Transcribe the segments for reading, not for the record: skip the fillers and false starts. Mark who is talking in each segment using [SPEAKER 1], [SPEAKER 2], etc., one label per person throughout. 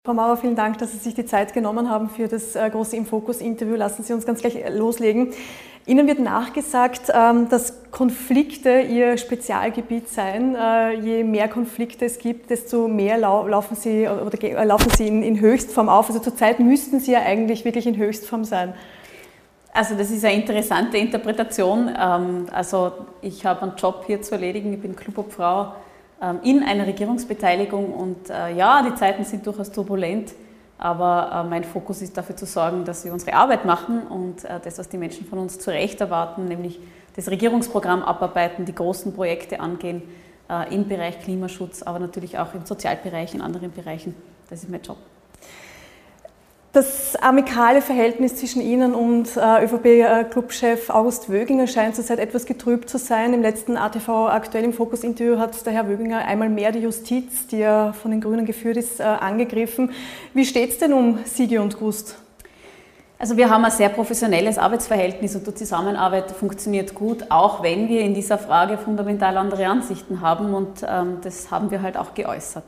[SPEAKER 1] Frau Maurer, vielen Dank, dass Sie sich die Zeit genommen haben für das große Im-Fokus-Interview. Lassen Sie uns ganz gleich loslegen. Ihnen wird nachgesagt, dass Konflikte Ihr Spezialgebiet seien. Je mehr Konflikte es gibt, desto mehr laufen Sie in Höchstform auf. Also zurzeit müssten Sie ja eigentlich wirklich in Höchstform sein.
[SPEAKER 2] Also das ist eine interessante Interpretation. Also ich habe einen Job hier zu erledigen. Ich bin Clubobfrau in einer Regierungsbeteiligung und ja, die Zeiten sind durchaus turbulent, aber mein Fokus ist dafür zu sorgen, dass wir unsere Arbeit machen und das, was die Menschen von uns zu Recht erwarten, nämlich das Regierungsprogramm abarbeiten, die großen Projekte angehen im Bereich Klimaschutz, aber natürlich auch im Sozialbereich, in anderen Bereichen. Das ist mein Job. Das amikale Verhältnis zwischen Ihnen und ÖVP-Clubchef August Wöginger scheint zurzeit etwas getrübt zu sein. Im letzten ATV aktuell im Fokus-Interview hat der Herr Wöginger einmal mehr die Justiz, die ja von den Grünen geführt ist, angegriffen. Wie steht es denn um Sigi und Gust? Also wir haben ein sehr professionelles Arbeitsverhältnis und die Zusammenarbeit funktioniert gut, auch wenn wir in dieser Frage fundamental andere Ansichten haben und das haben wir halt auch geäußert.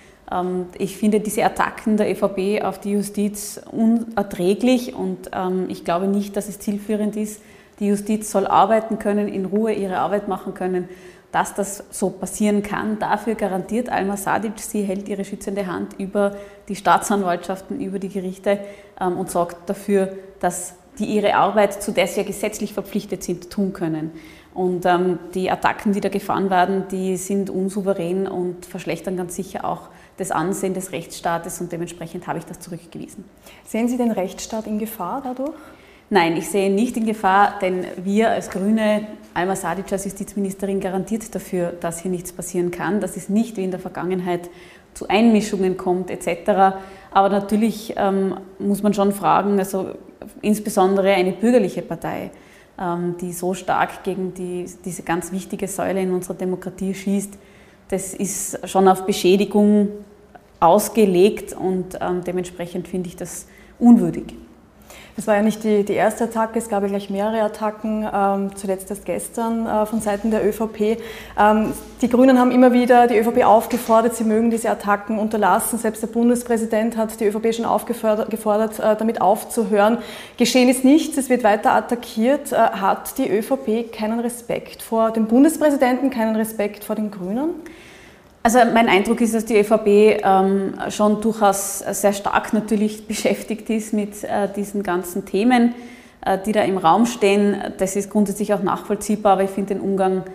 [SPEAKER 2] Ich finde diese Attacken der ÖVP auf die Justiz unerträglich und ich glaube nicht, dass es zielführend ist. Die Justiz soll arbeiten können, in Ruhe ihre Arbeit machen können. Dass das so passieren kann, dafür garantiert Alma Sadic. Sie hält ihre schützende Hand über die Staatsanwaltschaften, über die Gerichte und sorgt dafür, dass die ihre Arbeit, zu der sie ja gesetzlich verpflichtet sind, tun können. Und die Attacken, die da gefahren werden, die sind unsouverän und verschlechtern ganz sicher auch das Ansehen des Rechtsstaates und dementsprechend habe ich das zurückgewiesen.
[SPEAKER 1] Sehen Sie den Rechtsstaat in Gefahr dadurch?
[SPEAKER 2] Nein, ich sehe ihn nicht in Gefahr, denn wir als Grüne, Alma Sadic als Justizministerin, garantiert dafür, dass hier nichts passieren kann, dass es nicht wie in der Vergangenheit zu Einmischungen kommt etc. Aber natürlich muss man schon fragen, also insbesondere eine bürgerliche Partei, die so stark gegen diese ganz wichtige Säule in unserer Demokratie schießt, das ist schon auf Beschädigung ausgelegt und dementsprechend finde ich das unwürdig.
[SPEAKER 1] Das war ja nicht die erste Attacke, es gab ja gleich mehrere Attacken, zuletzt erst gestern von Seiten der ÖVP. Die Grünen haben immer wieder die ÖVP aufgefordert, sie mögen diese Attacken unterlassen. Selbst der Bundespräsident hat die ÖVP schon aufgefordert, damit aufzuhören. Geschehen ist nichts, es wird weiter attackiert. Hat die ÖVP keinen Respekt vor dem Bundespräsidenten, keinen Respekt vor den Grünen?
[SPEAKER 2] Also mein Eindruck ist, dass die ÖVP schon durchaus sehr stark natürlich beschäftigt ist mit diesen ganzen Themen, die da im Raum stehen. Das ist grundsätzlich auch nachvollziehbar, aber ich finde den Umgang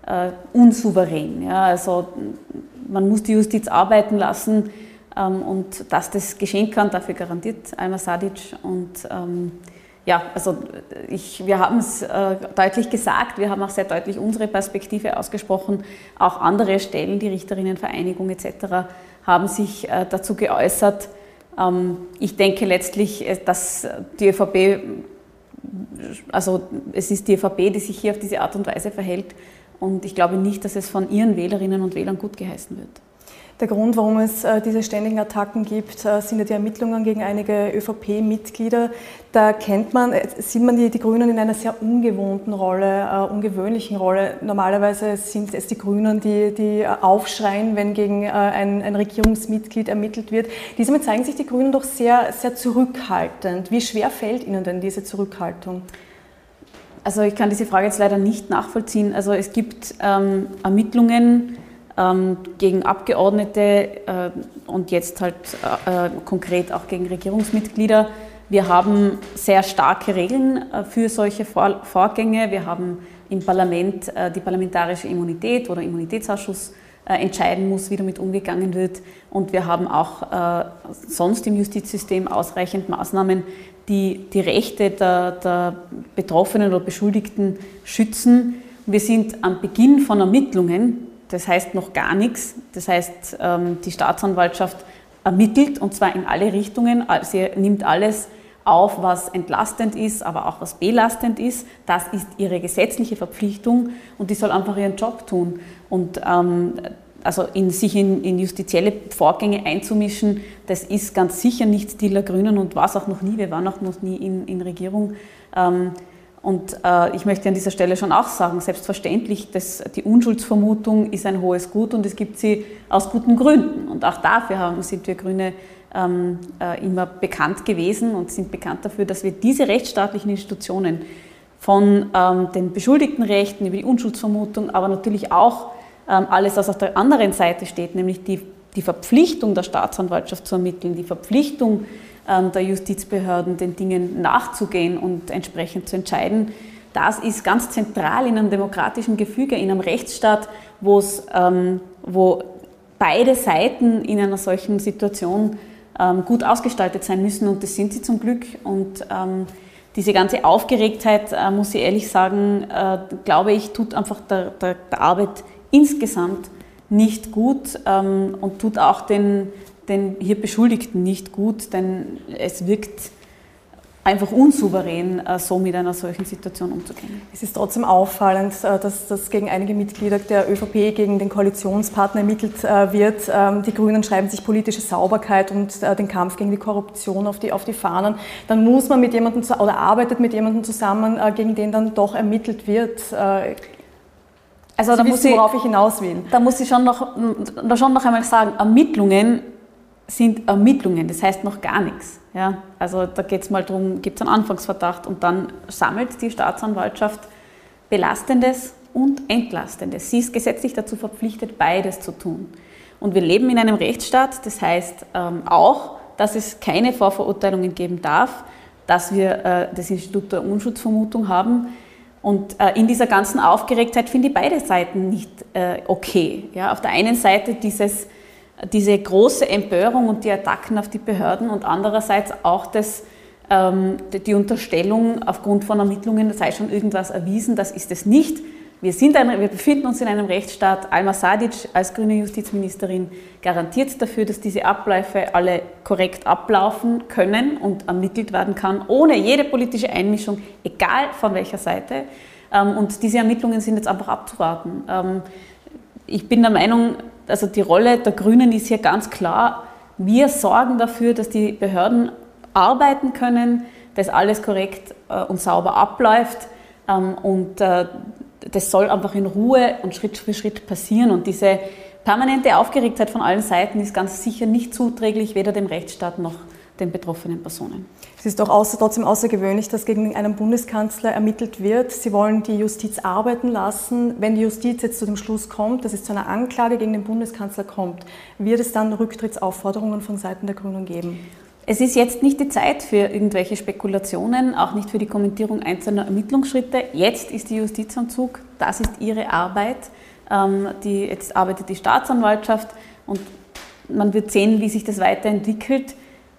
[SPEAKER 2] unsouverän. Ja, also man muss die Justiz arbeiten lassen und dass das geschehen kann, dafür garantiert Alma Sadic. Und ja, also wir haben es deutlich gesagt, wir haben auch sehr deutlich unsere Perspektive ausgesprochen. Auch andere Stellen, die Richterinnenvereinigung etc. haben sich dazu geäußert. Ich denke letztlich, dass die ÖVP, also es ist die ÖVP, die sich hier auf diese Art und Weise verhält und ich glaube nicht, dass es von ihren Wählerinnen und Wählern gut geheißen wird.
[SPEAKER 1] Der Grund, warum es diese ständigen Attacken gibt, sind ja die Ermittlungen gegen einige ÖVP-Mitglieder. Da sieht man die Grünen in einer sehr ungewohnten Rolle, ungewöhnlichen Rolle. Normalerweise sind es die Grünen, die aufschreien, wenn gegen ein Regierungsmitglied ermittelt wird. Diesmal zeigen sich die Grünen doch sehr, sehr zurückhaltend. Wie schwer fällt Ihnen denn diese Zurückhaltung?
[SPEAKER 2] Also ich kann diese Frage jetzt leider nicht nachvollziehen. Also es gibt Ermittlungen gegen Abgeordnete und jetzt halt konkret auch gegen Regierungsmitglieder. Wir haben sehr starke Regeln für solche Vorgänge. Wir haben im Parlament die parlamentarische Immunität, wo der Immunitätsausschuss entscheiden muss, wie damit umgegangen wird. Und wir haben auch sonst im Justizsystem ausreichend Maßnahmen, die die Rechte der Betroffenen oder Beschuldigten schützen. Wir sind am Beginn von Ermittlungen. Das heißt noch gar nichts. Das heißt, die Staatsanwaltschaft ermittelt und zwar in alle Richtungen. Sie nimmt alles auf, was entlastend ist, aber auch was belastend ist. Das ist ihre gesetzliche Verpflichtung und die soll einfach ihren Job tun. Und also sich in justizielle Vorgänge einzumischen, das ist ganz sicher nicht Stil der Grünen und war es auch noch nie. Wir waren auch noch nie in Regierung. Und ich möchte an dieser Stelle schon auch sagen, selbstverständlich, die Unschuldsvermutung ist ein hohes Gut und es gibt sie aus guten Gründen. Und auch dafür sind wir Grüne immer bekannt gewesen und sind bekannt dafür, dass wir diese rechtsstaatlichen Institutionen von den Beschuldigtenrechten über die Unschuldsvermutung, aber natürlich auch alles, was auf der anderen Seite steht, nämlich die Verpflichtung der Staatsanwaltschaft zu ermitteln, die Verpflichtung der Justizbehörden, den Dingen nachzugehen und entsprechend zu entscheiden. Das ist ganz zentral in einem demokratischen Gefüge, in einem Rechtsstaat, wo beide Seiten in einer solchen Situation gut ausgestaltet sein müssen, und das sind sie zum Glück. Und diese ganze Aufgeregtheit, muss ich ehrlich sagen, glaube ich, tut einfach der Arbeit insgesamt nicht gut und tut auch den hier Beschuldigten nicht gut, denn es wirkt einfach unsouverän, so mit einer solchen Situation umzugehen.
[SPEAKER 1] Es ist trotzdem auffallend, dass gegen einige Mitglieder der ÖVP, gegen den Koalitionspartner ermittelt wird. Die Grünen schreiben sich politische Sauberkeit und den Kampf gegen die Korruption auf die Fahnen. Dann muss man mit jemandem oder arbeitet mit jemandem zusammen, gegen den dann doch ermittelt wird. Also da muss ich, worauf ich hinaus will.
[SPEAKER 2] Da muss ich schon noch einmal sagen, Ermittlungen sind Ermittlungen, das heißt noch gar nichts. Ja? Also da geht es mal darum, gibt es einen Anfangsverdacht und dann sammelt die Staatsanwaltschaft Belastendes und Entlastendes. Sie ist gesetzlich dazu verpflichtet, beides zu tun. Und wir leben in einem Rechtsstaat, das heißt auch, dass es keine Vorverurteilungen geben darf, dass wir das Institut der Unschuldsvermutung haben. Und in dieser ganzen Aufgeregtheit finde ich beide Seiten nicht okay. Ja? Auf der einen Seite diese große Empörung und die Attacken auf die Behörden und andererseits auch die Unterstellung aufgrund von Ermittlungen, da sei schon irgendwas erwiesen, das ist es nicht. Wir befinden uns in einem Rechtsstaat. Alma Sadic als grüne Justizministerin garantiert dafür, dass diese Abläufe alle korrekt ablaufen können und ermittelt werden kann, ohne jede politische Einmischung, egal von welcher Seite. Und diese Ermittlungen sind jetzt einfach abzuwarten. Ich bin der Meinung, also die Rolle der Grünen ist hier ganz klar. Wir sorgen dafür, dass die Behörden arbeiten können, dass alles korrekt und sauber abläuft und das soll einfach in Ruhe und Schritt für Schritt passieren. Und diese permanente Aufgeregtheit von allen Seiten ist ganz sicher nicht zuträglich, weder dem Rechtsstaat noch den betroffenen Personen.
[SPEAKER 1] Es ist doch trotzdem außergewöhnlich, dass gegen einen Bundeskanzler ermittelt wird. Sie wollen die Justiz arbeiten lassen. Wenn die Justiz jetzt zu dem Schluss kommt, dass es zu einer Anklage gegen den Bundeskanzler kommt, wird es dann Rücktrittsaufforderungen von Seiten der Grünen geben?
[SPEAKER 2] Es ist jetzt nicht die Zeit für irgendwelche Spekulationen, auch nicht für die Kommentierung einzelner Ermittlungsschritte. Jetzt ist die Justiz am Zug, das ist ihre Arbeit. Jetzt arbeitet die Staatsanwaltschaft und man wird sehen, wie sich das weiterentwickelt.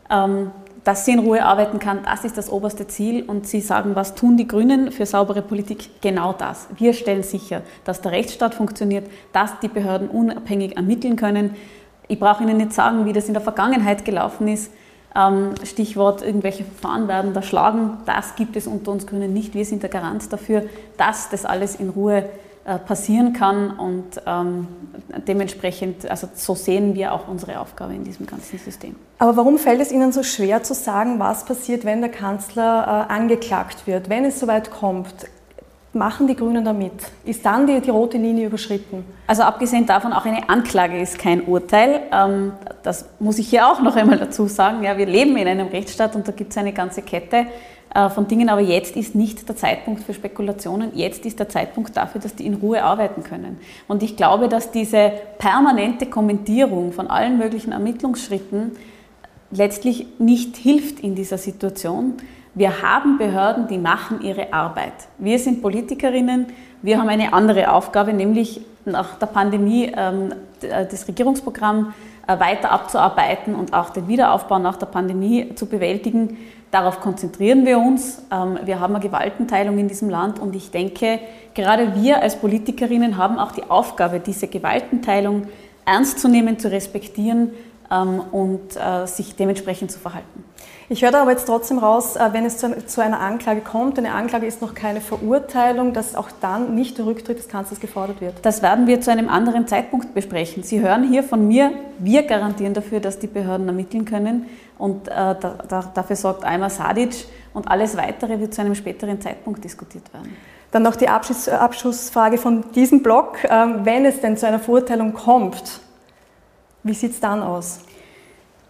[SPEAKER 2] Dass sie in Ruhe arbeiten kann, das ist das oberste Ziel. Und Sie sagen, was tun die Grünen für saubere Politik? Genau das. Wir stellen sicher, dass der Rechtsstaat funktioniert, dass die Behörden unabhängig ermitteln können. Ich brauche Ihnen nicht sagen, wie das in der Vergangenheit gelaufen ist. Stichwort, irgendwelche Verfahren werden da schlagen. Das gibt es unter uns Grünen nicht. Wir sind der Garant dafür, dass das alles in Ruhe passieren kann und dementsprechend, also so sehen wir auch unsere Aufgabe in diesem ganzen System.
[SPEAKER 1] Aber warum fällt es Ihnen so schwer zu sagen, was passiert, wenn der Kanzler angeklagt wird? Wenn es soweit kommt, machen die Grünen da mit? Ist dann die rote Linie überschritten?
[SPEAKER 2] Also abgesehen davon, auch eine Anklage ist kein Urteil. Das muss ich hier auch noch einmal dazu sagen. Ja, wir leben in einem Rechtsstaat und da gibt es eine ganze Kette von Dingen, aber jetzt ist nicht der Zeitpunkt für Spekulationen, jetzt ist der Zeitpunkt dafür, dass die in Ruhe arbeiten können. Und ich glaube, dass diese permanente Kommentierung von allen möglichen Ermittlungsschritten letztlich nicht hilft in dieser Situation. Wir haben Behörden, die machen ihre Arbeit. Wir sind Politikerinnen, wir haben eine andere Aufgabe, nämlich nach der Pandemie das Regierungsprogramm weiter abzuarbeiten und auch den Wiederaufbau nach der Pandemie zu bewältigen. Darauf konzentrieren wir uns. Wir haben eine Gewaltenteilung in diesem Land und ich denke, gerade wir als Politikerinnen haben auch die Aufgabe, diese Gewaltenteilung ernst zu nehmen, zu respektieren und sich dementsprechend zu verhalten.
[SPEAKER 1] Ich höre da aber jetzt trotzdem raus, wenn es zu einer Anklage kommt, eine Anklage ist noch keine Verurteilung, dass auch dann nicht der Rücktritt des Kanzlers gefordert wird.
[SPEAKER 2] Das werden wir zu einem anderen Zeitpunkt besprechen. Sie hören hier von mir, wir garantieren dafür, dass die Behörden ermitteln können und dafür sorgt Alma Sadic und alles Weitere wird zu einem späteren Zeitpunkt diskutiert werden.
[SPEAKER 1] Dann noch die Abschlussfrage von diesem Block. Wenn es denn zu einer Verurteilung kommt, wie sieht es dann aus?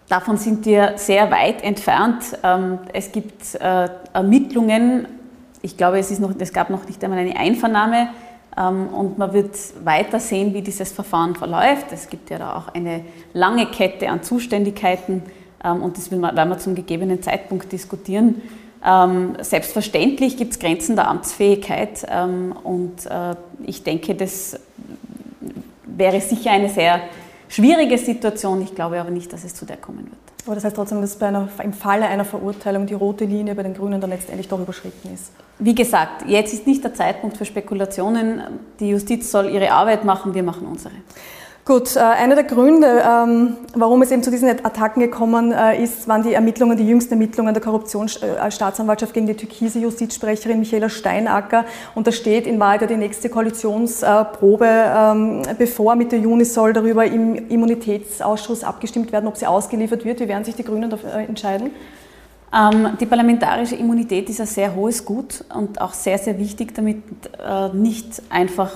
[SPEAKER 2] Davon sind wir sehr weit entfernt. Es gibt Ermittlungen. Ich glaube, es gab noch nicht einmal eine Einvernahme. Und man wird weiter sehen, wie dieses Verfahren verläuft. Es gibt ja da auch eine lange Kette an Zuständigkeiten. Und das werden wir zum gegebenen Zeitpunkt diskutieren. Selbstverständlich gibt es Grenzen der Amtsfähigkeit. Und ich denke, das wäre sicher eine sehr schwierige Situation. Ich glaube aber nicht, dass es zu der kommen wird.
[SPEAKER 1] Aber das heißt trotzdem, dass im Falle einer Verurteilung die rote Linie bei den Grünen dann letztendlich doch überschritten ist?
[SPEAKER 2] Wie gesagt, jetzt ist nicht der Zeitpunkt für Spekulationen. Die Justiz soll ihre Arbeit machen, wir machen unsere.
[SPEAKER 1] Gut, einer der Gründe, warum es eben zu diesen Attacken gekommen ist, waren die jüngsten Ermittlungen der Korruptionsstaatsanwaltschaft gegen die türkise Justizsprecherin Michaela Steinacker. Und da steht in Wahrheit ja die nächste Koalitionsprobe bevor. Mitte Juni soll darüber im Immunitätsausschuss abgestimmt werden, ob sie ausgeliefert wird. Wie werden sich die Grünen dafür entscheiden?
[SPEAKER 2] Die parlamentarische Immunität ist ein sehr hohes Gut und auch sehr, sehr wichtig, damit nicht einfach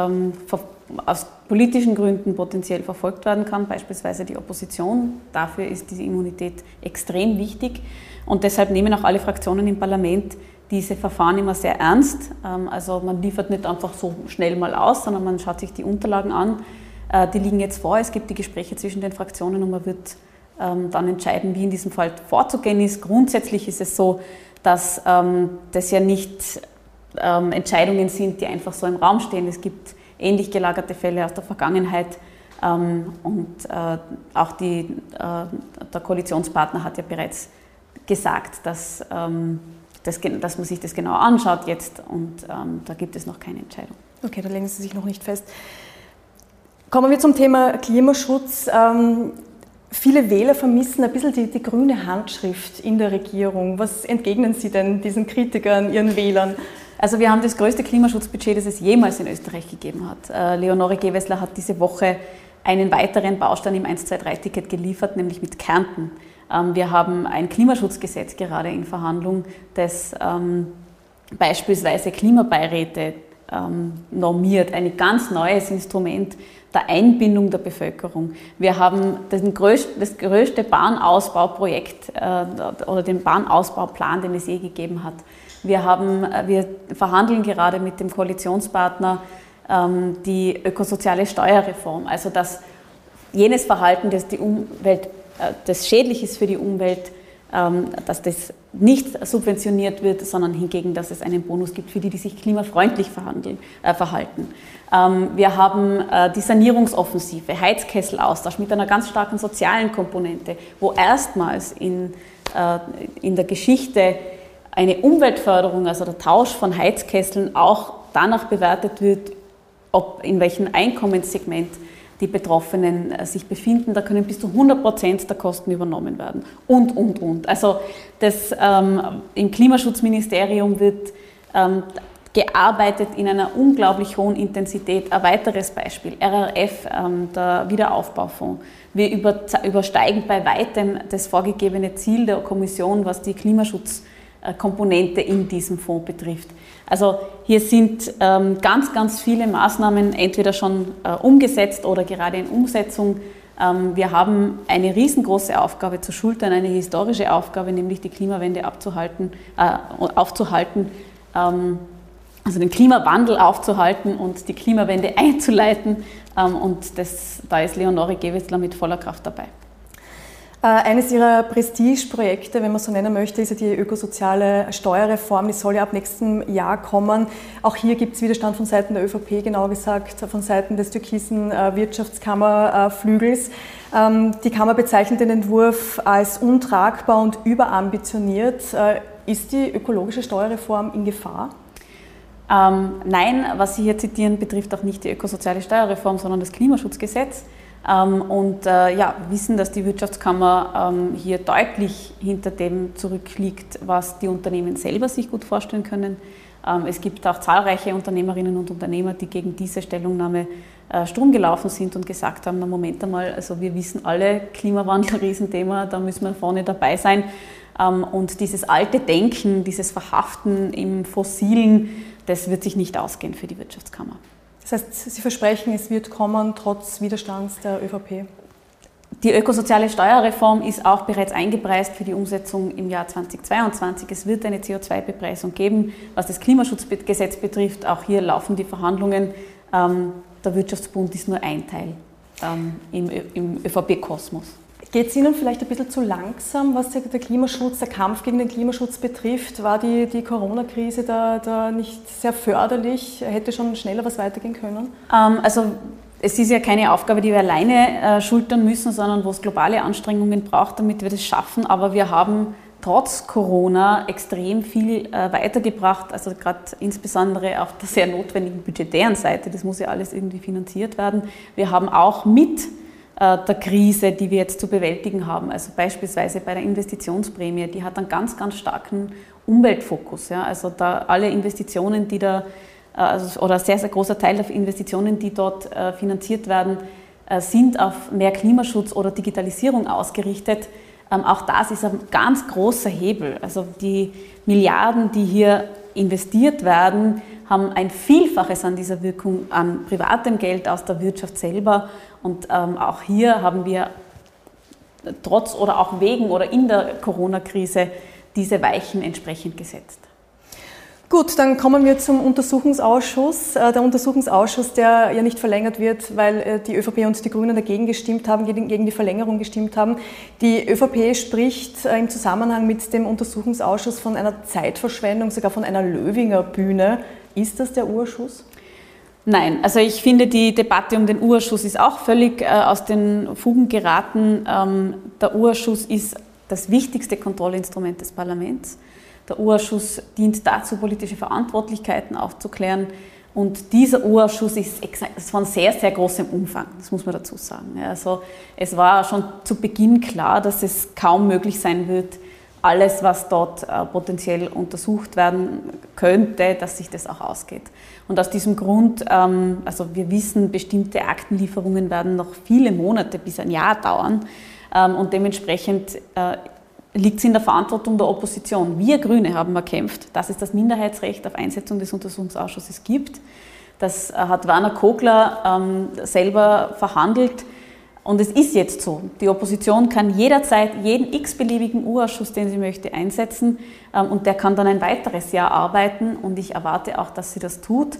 [SPEAKER 2] aus politischen Gründen potenziell verfolgt werden kann, beispielsweise die Opposition. Dafür ist diese Immunität extrem wichtig und deshalb nehmen auch alle Fraktionen im Parlament diese Verfahren immer sehr ernst. Also man liefert nicht einfach so schnell mal aus, sondern man schaut sich die Unterlagen an. Die liegen jetzt vor, es gibt die Gespräche zwischen den Fraktionen und man wird dann entscheiden, wie in diesem Fall vorzugehen ist. Grundsätzlich ist es so, dass das ja nicht Entscheidungen sind, die einfach so im Raum stehen. Es gibt ähnlich gelagerte Fälle aus der Vergangenheit und auch der Koalitionspartner hat ja bereits gesagt, dass man sich das genau anschaut jetzt und da gibt es noch keine Entscheidung.
[SPEAKER 1] Okay, da legen Sie sich noch nicht fest. Kommen wir zum Thema Klimaschutz. Viele Wähler vermissen ein bisschen die grüne Handschrift in der Regierung. Was entgegnen Sie denn diesen Kritikern, Ihren Wählern?
[SPEAKER 2] Also wir haben das größte Klimaschutzbudget, das es jemals in Österreich gegeben hat. Leonore Gewessler hat diese Woche einen weiteren Baustein im 1-2-3-Ticket geliefert, nämlich mit Kärnten. Wir haben ein Klimaschutzgesetz gerade in Verhandlung, das beispielsweise Klimabeiräte normiert, ein ganz neues Instrument der Einbindung der Bevölkerung. Wir haben das größte Bahnausbauprojekt oder den Bahnausbauplan, den es je gegeben hat. Wir verhandeln gerade mit dem Koalitionspartner die ökosoziale Steuerreform, also dass jenes Verhalten, das schädlich ist für die Umwelt, dass das nicht subventioniert wird, sondern hingegen, dass es einen Bonus gibt für die, die sich klimafreundlich verhalten. Wir haben die Sanierungsoffensive, Heizkesselaustausch mit einer ganz starken sozialen Komponente, wo erstmals in der Geschichte eine Umweltförderung, also der Tausch von Heizkesseln, auch danach bewertet wird, in welchem Einkommenssegment die Betroffenen sich befinden. Da können bis zu 100% der Kosten übernommen werden und. Also im Klimaschutzministerium wird gearbeitet in einer unglaublich hohen Intensität. Ein weiteres Beispiel, RRF, der Wiederaufbaufonds. Wir übersteigen bei weitem das vorgegebene Ziel der Kommission, was die Klimaschutzkomponente in diesem Fonds betrifft. Also hier sind ganz, ganz viele Maßnahmen entweder schon umgesetzt oder gerade in Umsetzung. Wir haben eine riesengroße Aufgabe zu schultern, eine historische Aufgabe, nämlich die Klimawende aufzuhalten, also den Klimawandel aufzuhalten und die Klimawende einzuleiten. Und da ist Leonore Gewessler mit voller Kraft dabei.
[SPEAKER 1] Eines ihrer Prestigeprojekte, wenn man so nennen möchte, ist ja die ökosoziale Steuerreform. Die soll ja ab nächstem Jahr kommen. Auch hier gibt es Widerstand von Seiten der ÖVP, genauer gesagt von Seiten des türkisen Wirtschaftskammerflügels. Die Kammer bezeichnet den Entwurf als untragbar und überambitioniert. Ist die ökologische Steuerreform in Gefahr?
[SPEAKER 2] Nein, was Sie hier zitieren, betrifft auch nicht die ökosoziale Steuerreform, sondern das Klimaschutzgesetz. Wir wissen, dass die Wirtschaftskammer hier deutlich hinter dem zurückliegt, was die Unternehmen selber sich gut vorstellen können. Es gibt auch zahlreiche Unternehmerinnen und Unternehmer, die gegen diese Stellungnahme Sturm gelaufen sind und gesagt haben, na Moment einmal, also wir wissen alle, Klimawandel, Riesenthema, da müssen wir vorne dabei sein. Und dieses alte Denken, dieses Verhaften im Fossilen, das wird sich nicht ausgehen für die Wirtschaftskammer.
[SPEAKER 1] Das heißt, Sie versprechen, es wird kommen, trotz Widerstands der ÖVP?
[SPEAKER 2] Die ökosoziale Steuerreform ist auch bereits eingepreist für die Umsetzung im Jahr 2022. Es wird eine CO2-Bepreisung geben. Was das Klimaschutzgesetz betrifft, auch hier laufen die Verhandlungen. Der Wirtschaftsbund ist nur ein Teil im ÖVP-Kosmos.
[SPEAKER 1] Geht es Ihnen vielleicht ein bisschen zu langsam, was der Klimaschutz, der Kampf gegen den Klimaschutz betrifft? War die Corona-Krise da nicht sehr förderlich? Hätte schon schneller was weitergehen können?
[SPEAKER 2] Also es ist ja keine Aufgabe, die wir alleine schultern müssen, sondern wo es globale Anstrengungen braucht, damit wir das schaffen. Aber wir haben trotz Corona extrem viel weitergebracht, also gerade insbesondere auf der sehr notwendigen budgetären Seite. Das muss ja alles irgendwie finanziert werden. Wir haben auch mit der Krise, die wir jetzt zu bewältigen haben, also beispielsweise bei der Investitionsprämie, die hat einen ganz, ganz starken Umweltfokus. Ja? Also da alle Investitionen, die da, oder ein sehr, sehr großer Teil der Investitionen, die dort finanziert werden, sind auf mehr Klimaschutz oder Digitalisierung ausgerichtet. Auch das ist ein ganz großer Hebel. Also die Milliarden, die hier investiert werden, haben ein Vielfaches an dieser Wirkung an privatem Geld aus der Wirtschaft selber. Und auch hier haben wir trotz oder auch wegen oder in der Corona-Krise diese Weichen entsprechend gesetzt.
[SPEAKER 1] Gut, dann kommen wir zum Untersuchungsausschuss. Der Untersuchungsausschuss, der ja nicht verlängert wird, weil die ÖVP und die Grünen dagegen gestimmt haben, gegen die Verlängerung gestimmt haben. Die ÖVP spricht im Zusammenhang mit dem Untersuchungsausschuss von einer Zeitverschwendung, sogar von einer Löwinger Bühne. Ist das der U-Ausschuss?
[SPEAKER 2] Nein, also ich finde, die Debatte um den U-Ausschuss ist auch völlig aus den Fugen geraten. Der U-Ausschuss ist das wichtigste Kontrollinstrument des Parlaments. Der U-Ausschuss dient dazu, politische Verantwortlichkeiten aufzuklären. Und dieser U-Ausschuss ist von sehr, sehr großem Umfang, das muss man dazu sagen. Also es war schon zu Beginn klar, dass es kaum möglich sein wird, alles, was dort potenziell untersucht werden könnte, dass sich das auch ausgeht. Und aus diesem Grund, also wir wissen, bestimmte Aktenlieferungen werden noch viele Monate bis ein Jahr dauern. Und dementsprechend liegt es in der Verantwortung der Opposition. Wir Grüne haben erkämpft, dass es das Minderheitsrecht auf Einsetzung des Untersuchungsausschusses gibt. Das hat Werner Kogler selber verhandelt. Und es ist jetzt so, die Opposition kann jederzeit jeden x-beliebigen U-Ausschuss, den sie möchte, einsetzen und der kann dann ein weiteres Jahr arbeiten und ich erwarte auch, dass sie das tut.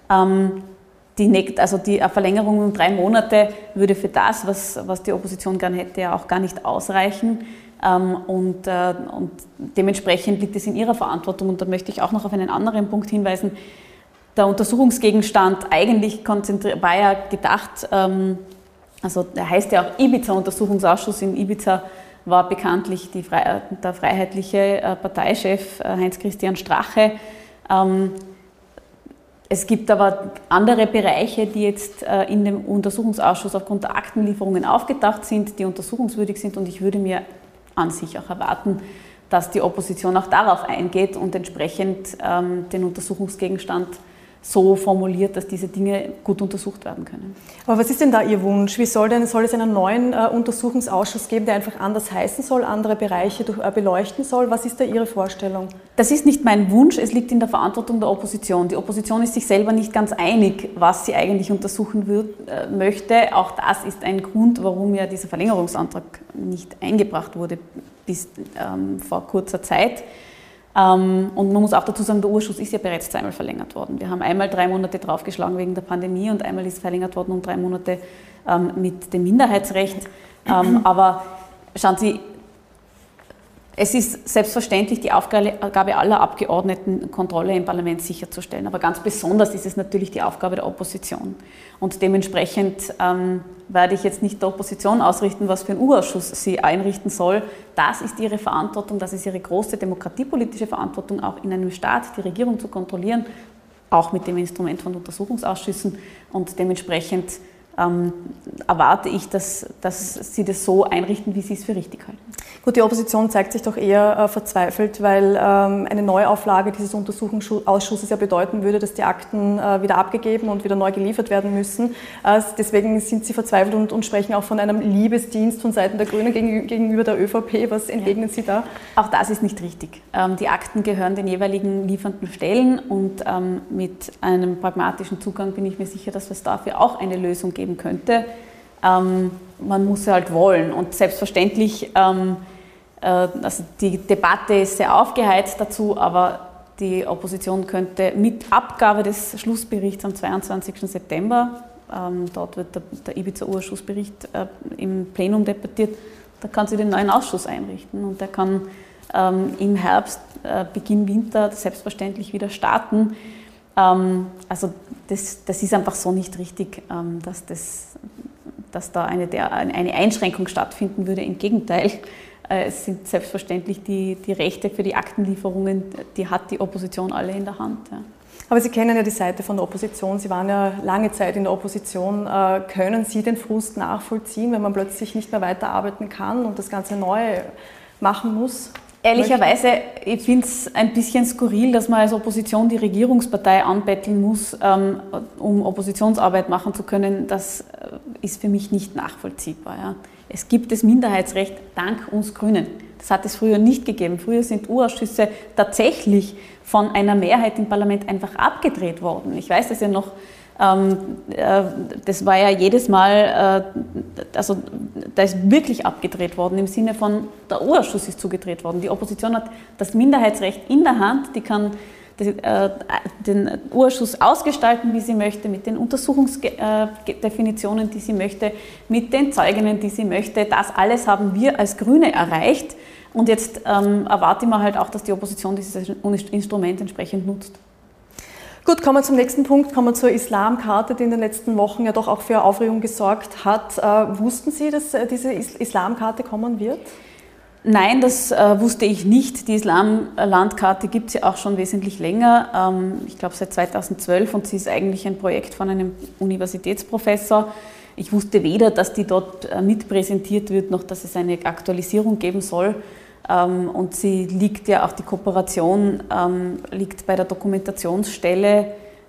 [SPEAKER 2] Die Verlängerung um 3 Monate würde für das, was die Opposition gern hätte, ja auch gar nicht ausreichen. Und dementsprechend liegt es in ihrer Verantwortung. Und da möchte ich auch noch auf einen anderen Punkt hinweisen. Der Untersuchungsgegenstand eigentlich war ja gedacht, also der heißt ja auch Ibiza-Untersuchungsausschuss. In Ibiza war bekanntlich der freiheitliche Parteichef Heinz-Christian Strache. Es gibt aber andere Bereiche, die jetzt in dem Untersuchungsausschuss aufgrund der Aktenlieferungen aufgetaucht sind, die untersuchungswürdig sind. Und ich würde mir an sich auch erwarten, dass die Opposition auch darauf eingeht und entsprechend den Untersuchungsgegenstand so formuliert, dass diese Dinge gut untersucht werden können.
[SPEAKER 1] Aber was ist denn da Ihr Wunsch? Soll es einen neuen Untersuchungsausschuss geben, der einfach anders heißen soll, andere Bereiche beleuchten soll? Was ist da Ihre Vorstellung?
[SPEAKER 2] Das ist nicht mein Wunsch, es liegt in der Verantwortung der Opposition. Die Opposition ist sich selber nicht ganz einig, was sie eigentlich untersuchen möchte. Auch das ist ein Grund, warum ja dieser Verlängerungsantrag nicht eingebracht wurde bis vor kurzer Zeit. Und man muss auch dazu sagen, der U-Ausschuss ist ja bereits 2-mal verlängert worden. Wir haben einmal 3 Monate draufgeschlagen wegen der Pandemie und einmal ist verlängert worden um 3 Monate mit dem Minderheitsrecht. Aber schauen Sie, es ist selbstverständlich die Aufgabe aller Abgeordneten, Kontrolle im Parlament sicherzustellen. Aber ganz besonders ist es natürlich die Aufgabe der Opposition. Und dementsprechend werde ich jetzt nicht der Opposition ausrichten, was für einen U-Ausschuss sie einrichten soll. Das ist ihre Verantwortung, das ist ihre große demokratiepolitische Verantwortung, auch in einem Staat die Regierung zu kontrollieren, auch mit dem Instrument von Untersuchungsausschüssen. Und dementsprechend erwarte ich, dass sie das so einrichten, wie sie es für richtig halten.
[SPEAKER 1] Gut, die Opposition zeigt sich doch eher verzweifelt, weil eine Neuauflage dieses Untersuchungsausschusses ja bedeuten würde, dass die Akten wieder abgegeben und wieder neu geliefert werden müssen. Deswegen sind sie verzweifelt und sprechen auch von einem Liebesdienst von Seiten der Grünen gegenüber der ÖVP. Was entgegnen Sie da?
[SPEAKER 2] Auch das ist nicht richtig. Die Akten gehören den jeweiligen liefernden Stellen und mit einem pragmatischen Zugang bin ich mir sicher, dass es dafür auch eine Lösung geben könnte. man muss halt wollen. Und selbstverständlich, also die Debatte ist sehr aufgeheizt dazu, aber die Opposition könnte mit Abgabe des Schlussberichts am 22. September, dort wird der Ibiza-Urschussbericht im Plenum debattiert, da kann sie den neuen Ausschuss einrichten und der kann im Herbst, Beginn Winter selbstverständlich wieder starten. Also das ist einfach so nicht richtig, dass da eine Einschränkung stattfinden würde. Im Gegenteil, es sind selbstverständlich die Rechte für die Aktenlieferungen, die hat die Opposition alle in der Hand. Ja.
[SPEAKER 1] Aber Sie kennen ja die Seite von der Opposition, Sie waren ja lange Zeit in der Opposition. Können Sie den Frust nachvollziehen, wenn man plötzlich nicht mehr weiterarbeiten kann und das Ganze neu machen muss?
[SPEAKER 2] Ehrlicherweise, ich finde es ein bisschen skurril, dass man als Opposition die Regierungspartei anbetteln muss, um Oppositionsarbeit machen zu können. Das ist für mich nicht nachvollziehbar. Ja. Es gibt das Minderheitsrecht dank uns Grünen. Das hat es früher nicht gegeben. Früher sind Urausschüsse tatsächlich von einer Mehrheit im Parlament einfach abgedreht worden. Ich weiß das ja noch. Das war ja jedes Mal, also da ist wirklich abgedreht worden, im Sinne von, der Urausschuss ist zugedreht worden. Die Opposition hat das Minderheitsrecht in der Hand, die kann den Urausschuss ausgestalten, wie sie möchte, mit den Untersuchungsdefinitionen, die sie möchte, mit den Zeuginnen, die sie möchte. Das alles haben wir als Grüne erreicht und jetzt erwarte ich mir halt auch, dass die Opposition dieses Instrument entsprechend nutzt.
[SPEAKER 1] Gut, kommen wir zum nächsten Punkt, kommen wir zur Islamkarte, die in den letzten Wochen ja doch auch für Aufregung gesorgt hat. Wussten Sie, dass diese Islamkarte kommen wird?
[SPEAKER 2] Nein, das wusste ich nicht. Die Islamlandkarte gibt es ja auch schon wesentlich länger, ich glaube seit 2012, und sie ist eigentlich ein Projekt von einem Universitätsprofessor. Ich wusste weder, dass die dort mitpräsentiert wird, noch dass es eine Aktualisierung geben soll. Und sie liegt ja auch, die Kooperation liegt bei der Dokumentationsstelle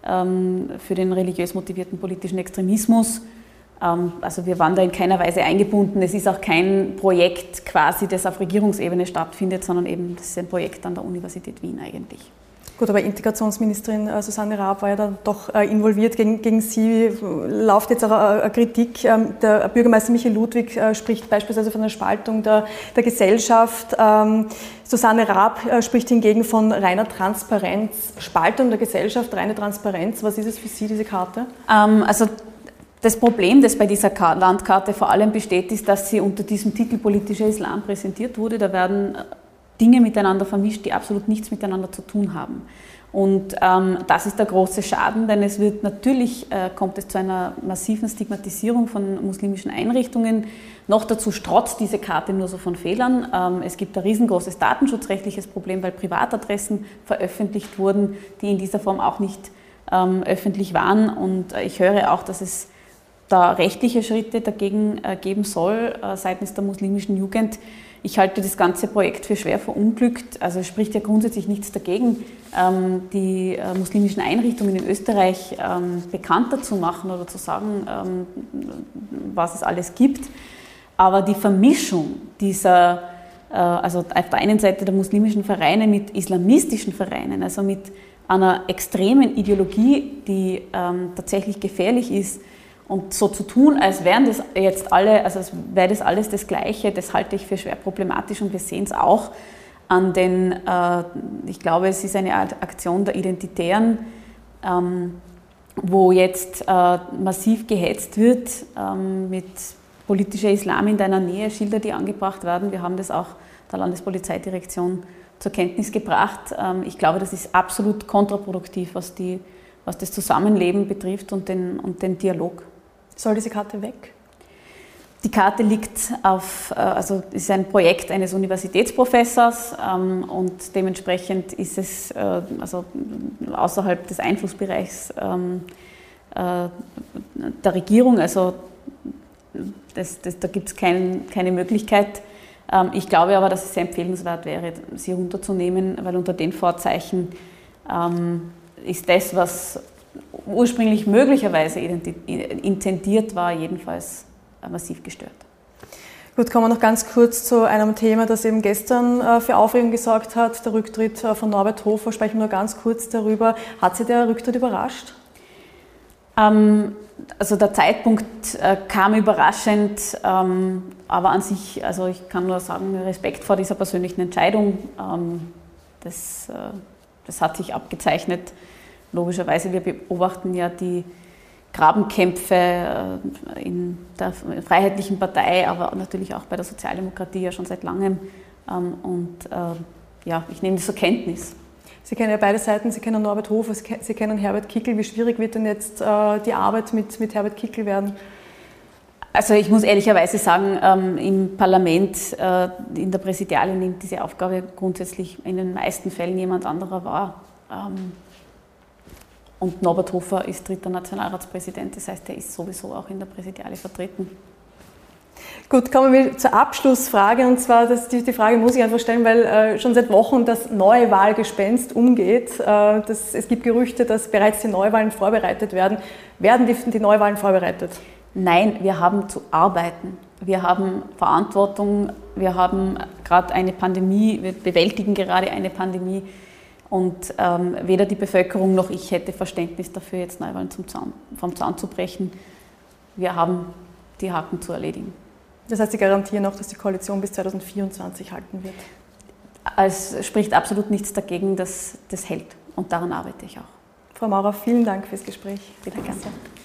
[SPEAKER 2] für den religiös motivierten politischen Extremismus. Also wir waren da in keiner Weise eingebunden. Es ist auch kein Projekt quasi, das auf Regierungsebene stattfindet, sondern eben das ist ein Projekt an der Universität Wien eigentlich.
[SPEAKER 1] Gut, aber Integrationsministerin Susanne Raab war ja dann doch involviert. Gegen sie läuft jetzt auch eine Kritik. Der Bürgermeister Michael Ludwig spricht beispielsweise von der Spaltung der Gesellschaft. Susanne Raab spricht hingegen von reiner Transparenz. Spaltung der Gesellschaft, reine Transparenz. Was ist es für Sie, diese Karte?
[SPEAKER 2] Also das Problem, das bei dieser Landkarte vor allem besteht, ist, dass sie unter diesem Titel politischer Islam präsentiert wurde. Da werden Dinge miteinander vermischt, die absolut nichts miteinander zu tun haben. Und das ist der große Schaden, denn es wird natürlich, kommt es zu einer massiven Stigmatisierung von muslimischen Einrichtungen. Noch dazu strotzt diese Karte nur so von Fehlern. Es gibt ein riesengroßes datenschutzrechtliches Problem, weil Privatadressen veröffentlicht wurden, die in dieser Form auch nicht öffentlich waren. Und ich höre auch, dass es da rechtliche Schritte dagegen geben soll seitens der muslimischen Jugend. Ich halte das ganze Projekt für schwer verunglückt. Also es spricht ja grundsätzlich nichts dagegen, die muslimischen Einrichtungen in Österreich bekannter zu machen oder zu sagen, was es alles gibt. Aber die Vermischung dieser, also auf der einen Seite der muslimischen Vereine mit islamistischen Vereinen, also mit einer extremen Ideologie, die tatsächlich gefährlich ist, und so zu tun, als wären das jetzt alle, also als wäre das alles das Gleiche, das halte ich für schwer problematisch, und wir sehen es auch an den, ich glaube, es ist eine Aktion der Identitären, wo jetzt massiv gehetzt wird mit politischer Islam in deiner Nähe, Schilder, die angebracht werden. Wir haben das auch der Landespolizeidirektion zur Kenntnis gebracht. Ich glaube, das ist absolut kontraproduktiv, was das Zusammenleben betrifft und den Dialog.
[SPEAKER 1] Soll diese Karte weg?
[SPEAKER 2] Die Karte liegt also ist ein Projekt eines Universitätsprofessors und dementsprechend ist es also außerhalb des Einflussbereichs der Regierung. Also da gibt es keine Möglichkeit. Ich glaube aber, dass es sehr empfehlenswert wäre, sie runterzunehmen, weil unter den Vorzeichen ist das, was ursprünglich möglicherweise intendiert war, jedenfalls massiv gestört.
[SPEAKER 1] Gut, kommen wir noch ganz kurz zu einem Thema, das eben gestern für Aufregung gesorgt hat, der Rücktritt von Norbert Hofer. Sprechen wir nur ganz kurz darüber. Hat Sie der Rücktritt überrascht?
[SPEAKER 2] also der Zeitpunkt kam überraschend, aber an sich, also ich kann nur sagen, Respekt vor dieser persönlichen Entscheidung. Das hat sich abgezeichnet. Logischerweise, wir beobachten ja die Grabenkämpfe in der Freiheitlichen Partei, aber natürlich auch bei der Sozialdemokratie ja schon seit langem. Ja, ich nehme das zur Kenntnis.
[SPEAKER 1] Sie kennen ja beide Seiten, Sie kennen Norbert Hofer, Sie kennen Herbert Kickl. Wie schwierig wird denn jetzt die Arbeit mit Herbert Kickl werden?
[SPEAKER 2] Also ich muss ehrlicherweise sagen, im Parlament, in der Präsidiale nimmt diese Aufgabe grundsätzlich in den meisten Fällen jemand anderer wahr. Und Norbert Hofer ist 3. Nationalratspräsident, das heißt, er ist sowieso auch in der Präsidiale vertreten.
[SPEAKER 1] Gut, kommen wir zur Abschlussfrage, und zwar, die Frage muss ich einfach stellen, weil schon seit Wochen das Neuwahlgespenst umgeht. Es gibt Gerüchte, dass bereits die Neuwahlen vorbereitet werden. Werden die Neuwahlen vorbereitet?
[SPEAKER 2] Nein, wir haben zu arbeiten. Wir haben Verantwortung, wir haben gerade eine Pandemie, wir bewältigen gerade eine Pandemie und weder die Bevölkerung noch ich hätte Verständnis dafür, jetzt Neuwahlen vom Zaun zu brechen. Wir haben die Haken zu erledigen.
[SPEAKER 1] Das heißt, Sie garantieren auch, dass die Koalition bis 2024 halten wird?
[SPEAKER 2] Es spricht absolut nichts dagegen, dass das hält. Und daran arbeite ich auch.
[SPEAKER 1] Frau Maurer, vielen Dank fürs Gespräch.
[SPEAKER 2] Bitte gerne.